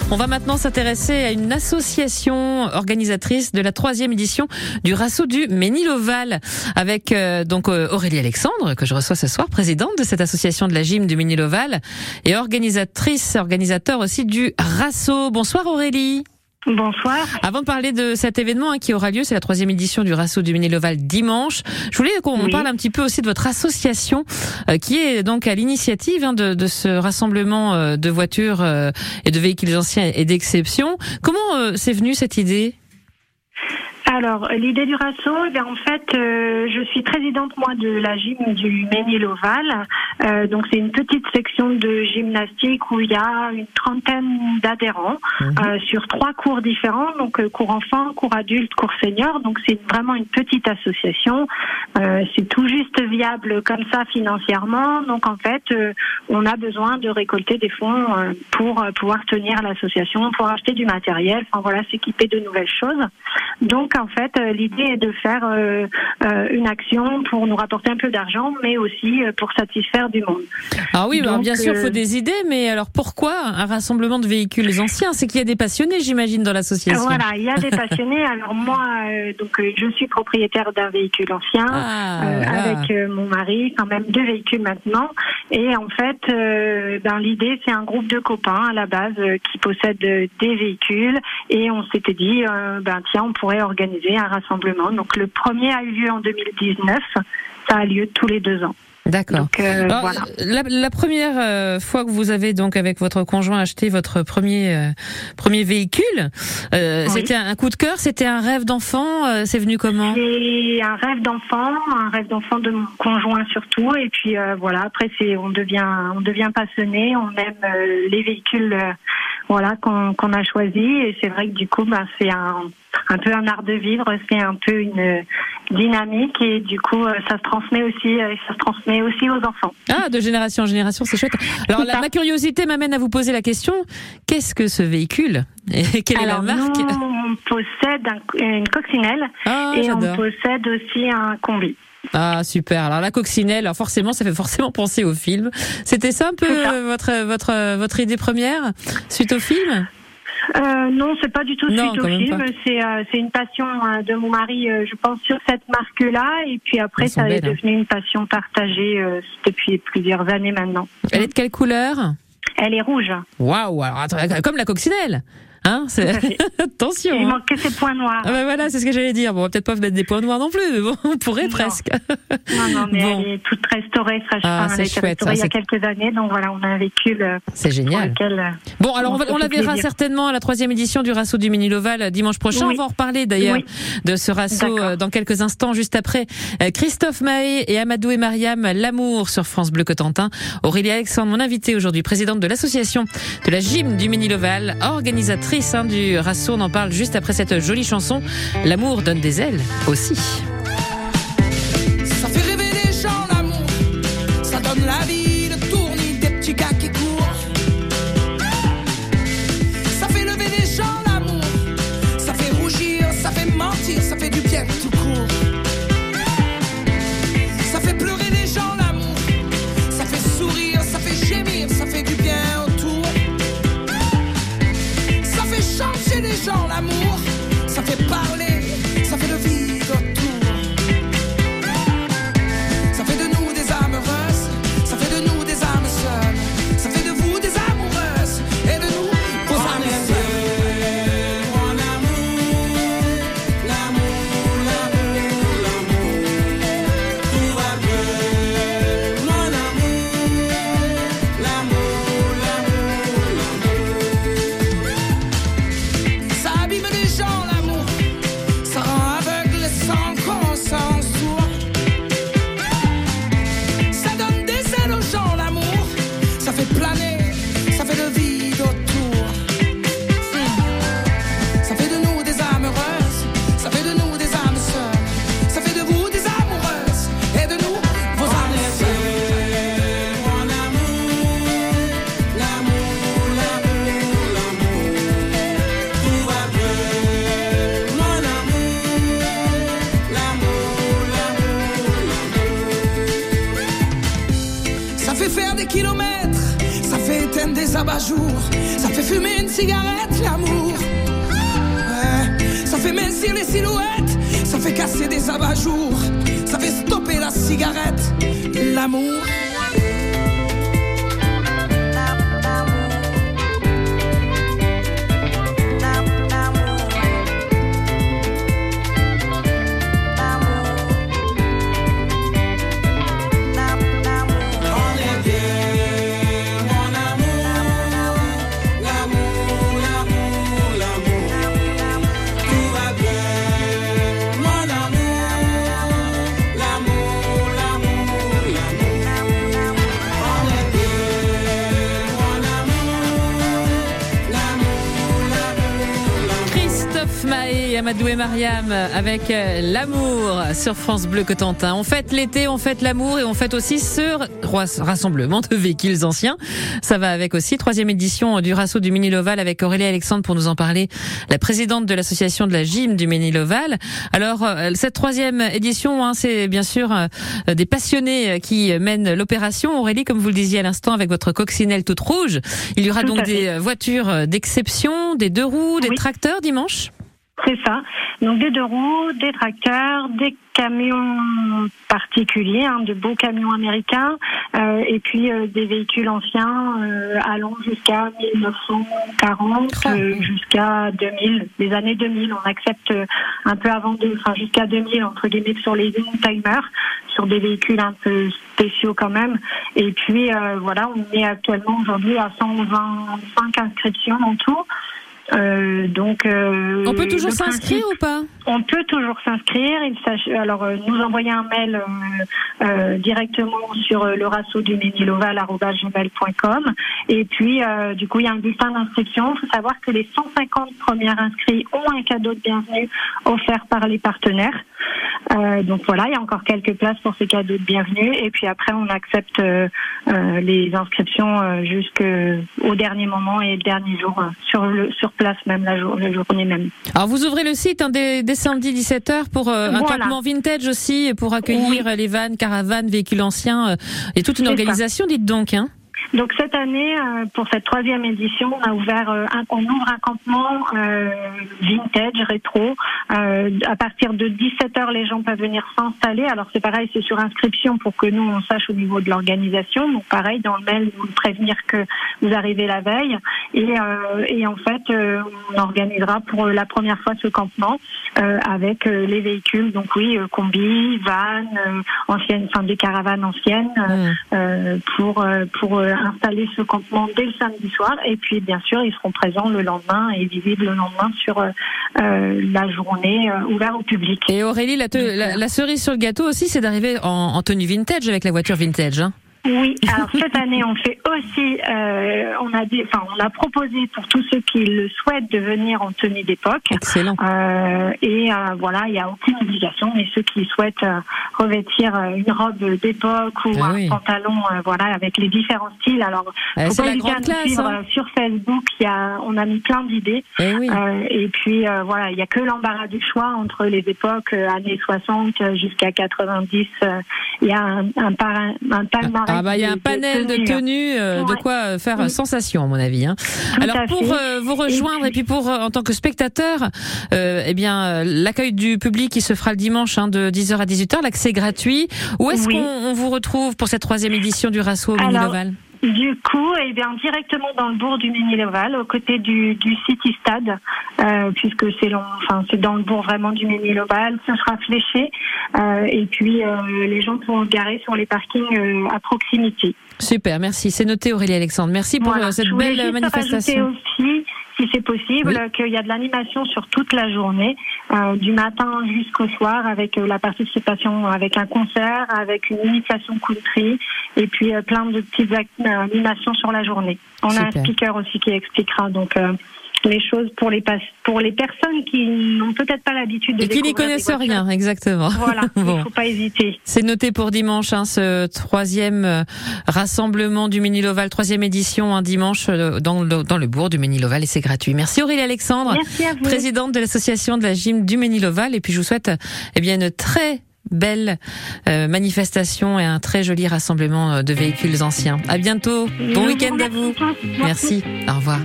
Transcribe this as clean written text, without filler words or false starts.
On va maintenant s'intéresser à une association organisatrice de la 3e édition du Rasso du Ménil-Oval avec Aurélie Alexandre, que je reçois ce soir, présidente de cette association de la gym du Ménil-Oval et organisateur aussi du Rasso. Bonsoir Aurélie. Bonsoir. Avant de parler de cet événement qui aura lieu, c'est la 3e édition du Rasso du Ménil-Oval dimanche. Je voulais qu'on parle un petit peu aussi de votre association qui est donc à l'initiative de ce rassemblement de voitures et de véhicules anciens et d'exception. Comment c'est venu cette idée ? Alors, l'idée du Rasso, en fait, je suis présidente, moi, de la gym du Ménil-Oval. Donc, c'est une petite section de gymnastique où il y a une trentaine d'adhérents sur 3 cours différents. Donc, cours enfants, cours adultes, cours seniors. Donc, c'est vraiment une petite association. C'est tout juste viable comme ça financièrement. Donc, en fait, on a besoin de récolter des fonds pour pouvoir tenir l'association, pour acheter du matériel. Enfin, voilà, s'équiper de nouvelles choses. Donc, en fait, l'idée est de faire une action pour nous rapporter un peu d'argent, mais aussi pour satisfaire du monde. Ah oui, donc, bien sûr, il faut des idées, mais alors pourquoi un rassemblement de véhicules anciens ? C'est qu'il y a des passionnés, j'imagine, dans l'association. Voilà, il y a des passionnés. Alors moi, je suis propriétaire d'un véhicule ancien avec mon mari, quand même 2 véhicules maintenant. Et en fait, l'idée, c'est un groupe de copains à la base qui possèdent des véhicules, et on s'était dit, tiens, on pourrait organiser un rassemblement. Donc le premier a eu lieu en 2019, ça a lieu tous les 2 ans. D'accord. Donc, alors, voilà. La première fois que vous avez donc avec votre conjoint acheté votre premier véhicule, c'était un coup de cœur, c'était un rêve d'enfant, c'est venu comment ? C'est un rêve d'enfant de mon conjoint surtout, et puis après on devient passionné, on aime les véhicules qu'on a choisis, et c'est vrai que du coup c'est un peu un art de vivre, c'est un peu une dynamique, et du coup ça se transmet aussi aux enfants. Ah, de génération en génération, c'est chouette. Alors ma curiosité m'amène à vous poser la question, qu'est-ce que ce véhicule et quelle est la marque ? Nous, on possède une coccinelle, et on possède aussi un combi. Ah super. Alors la coccinelle, forcément, ça fait forcément penser au film. C'était ça un peu votre idée première suite au film ? Non, c'est pas du tout suite au film. C'est une passion de mon mari, je pense, sur cette marque-là. Et puis après, ça est devenu une passion partagée depuis plusieurs années maintenant. Elle est de quelle couleur ? Elle est rouge. Waouh, alors comme la coccinelle. Attention. Il manque que ces points noirs. Voilà, c'est ce que j'allais dire. Bon, on va peut-être pas mettre des points noirs non plus, mais bon, on pourrait presque. Non, mais elle est toute restaurée, fraîchement. Elle a été restaurée il y a quelques années, donc voilà, on a un véhicule. C'est génial. Bon, alors on la verra certainement à la 3e édition du Rasso du Ménil-Oval dimanche prochain. On va en reparler d'ailleurs de ce Rasso dans quelques instants, juste après Christophe Mahé et Amadou et Mariam, L'amour sur France Bleu Cotentin. Aurélie Alexandre, mon invitée aujourd'hui, présidente de l'association de la gym du Ménil-Oval, organisatrice du Rasso. On en parle juste après cette jolie chanson. L'amour donne des ailes aussi. Ça fait rêver les gens, l'amour. Ça donne la vie, le tournis des petits gars qui courent. Ça fait lever les gens, l'amour. Ça fait rougir, ça fait mentir, ça fait du bien tout court. Ça fait pleurer les gens, l'amour. Ça fait sourire, ça fait gémir, ça fait du bien autour. Changer les gens, l'amour, ça fait parler, ça fait le vide autour. Ça fait de nous des âmes heureuses, ça fait de nous des âmes seules, ça fait de vous des amoureuses et de nous vos âmes seules. Mon amour, l'amour, l'amour, l'amour, tout va bien. Mon amour, l'amour, l'amour, l'amour. Ça abîme les gens, l'amour. Ça rend aveugle sans conscience. Ça donne des ailes aux gens, l'amour. Ça fait planer, ça fait le vide autour. Ça fait de nous des âmes heureuses. Ça fait de nous des âmes seules. Ça fait de vous des amoureuses et de nous vos âmes seules. Mon amour, l'amour, l'amour, l'amour, tout va bien. Mon amour, l'amour, l'amour, l'amour. Ça fait faire des kilomètres, ça fait éteindre des abat-jours, Ça fait fumer une cigarette, l'amour. Ouais. Ça fait mincir les silhouettes. Ça fait casser des abat-jours. Ça fait stopper la cigarette, l'amour. Amadou et Mariam avec l'amour sur France Bleu Cotentin. On fête l'été, on fête l'amour et on fête aussi ce rassemblement de véhicules anciens. Ça va avec aussi 3e édition du Rasso du Ménil-Oval avec Aurélie Alexandre pour nous en parler, la présidente de l'association de la gym du Ménil-Oval. Alors cette 3e édition, c'est bien sûr des passionnés qui mènent l'opération. Aurélie, comme vous le disiez à l'instant, avec votre coccinelle toute rouge. Il y aura donc des voitures d'exception, des 2 roues, des tracteurs dimanche. C'est ça. Donc des 2 roues, des tracteurs, des camions particuliers, de beaux camions américains, et puis des véhicules anciens allant jusqu'à 1940, jusqu'à 2000, les années 2000. On accepte un peu avant, jusqu'à 2000 entre guillemets sur les timers, sur des véhicules un peu spéciaux quand même. Et puis voilà, on est actuellement aujourd'hui à 125 inscriptions en tout. On peut toujours s'inscrire ou pas? On peut toujours s'inscrire. Alors, nous envoyer un mail directement sur le rasso du Ménil-Oval@gmail.com. Et puis, du coup, il y a un bulletin d'inscription. Il faut savoir que les 150 premiers inscrits ont un cadeau de bienvenue offert par les partenaires. Donc voilà, il y a encore quelques places pour ces cadeaux de bienvenue. Et puis après, on accepte les inscriptions jusqu'au dernier moment et le dernier jour sur place même, la journée même. Alors vous ouvrez le site dès samedi 17h pour un campement vintage aussi, pour accueillir les vannes, caravanes, véhicules anciens et toute une organisation, dites donc. Donc cette année, pour cette 3e édition, on ouvre un campement vintage, rétro. À partir de 17h, les gens peuvent venir s'installer. Alors c'est pareil, c'est sur inscription pour que nous on sache au niveau de l'organisation. Donc pareil, dans le mail, vous prévenir que vous arrivez la veille. Et en fait, on organisera pour la première fois ce campement avec les véhicules. Donc oui, combi, van, anciennes, des caravanes anciennes pour installer ce campement dès le samedi soir. Et puis bien sûr, ils seront présents le lendemain et visibles le lendemain sur la journée ouverte au public. Et Aurélie, la cerise sur le gâteau aussi, c'est d'arriver en tenue vintage avec la voiture vintage. Oui, alors cette année on fait aussi, on a proposé pour tous ceux qui le souhaitent de venir en tenue d'époque. Excellent. Voilà, il n'y a aucune obligation, mais ceux qui souhaitent revêtir une robe d'époque ou un pantalon, avec les différents styles. Alors, c'est la grande classe. Sur Facebook, on a mis plein d'idées. Et puis il n'y a que l'embarras du choix entre les époques années 60 jusqu'à 90. Il y a un palmarès. Il y a un panel de tenues, de quoi faire sensation à mon avis. Alors pour vous rejoindre et puis pour en tant que spectateur, l'accueil du public qui se fera le dimanche de 10h à 18h, l'accès gratuit. Où est-ce qu'on vous retrouve pour cette 3e édition du Rasso au Ménil-Oval? Du coup, directement dans le bourg du Ménil-Oval, aux côtés du City Stade, puisque c'est dans le bourg vraiment du Ménil-Oval, ce sera fléché, et puis les gens pourront se garer sur les parkings à proximité. Super, merci. C'est noté, Aurélie Alexandre. Merci pour cette belle manifestation. Aussi, si c'est possible, qu'il y a de l'animation sur toute la journée, du matin jusqu'au soir, avec la participation, avec un concert, avec une initiation country, et puis plein de petites animations sur la journée. On a un speaker aussi qui expliquera les choses pour les personnes qui n'ont peut-être pas l'habitude de découvrir. Et qui n'y connaissent rien, exactement. Voilà, il ne faut pas hésiter. C'est noté pour dimanche, ce 3e rassemblement du Ménil-Oval, 3e édition, dimanche dans le bourg du Ménil-Oval, et c'est gratuit. Merci Aurélie Alexandre, merci à vous. Présidente de l'association de la gym du Ménil-Oval, et puis je vous souhaite une très belle manifestation et un très joli rassemblement de véhicules anciens. À bientôt. Bon week-end à vous. Merci. Au revoir.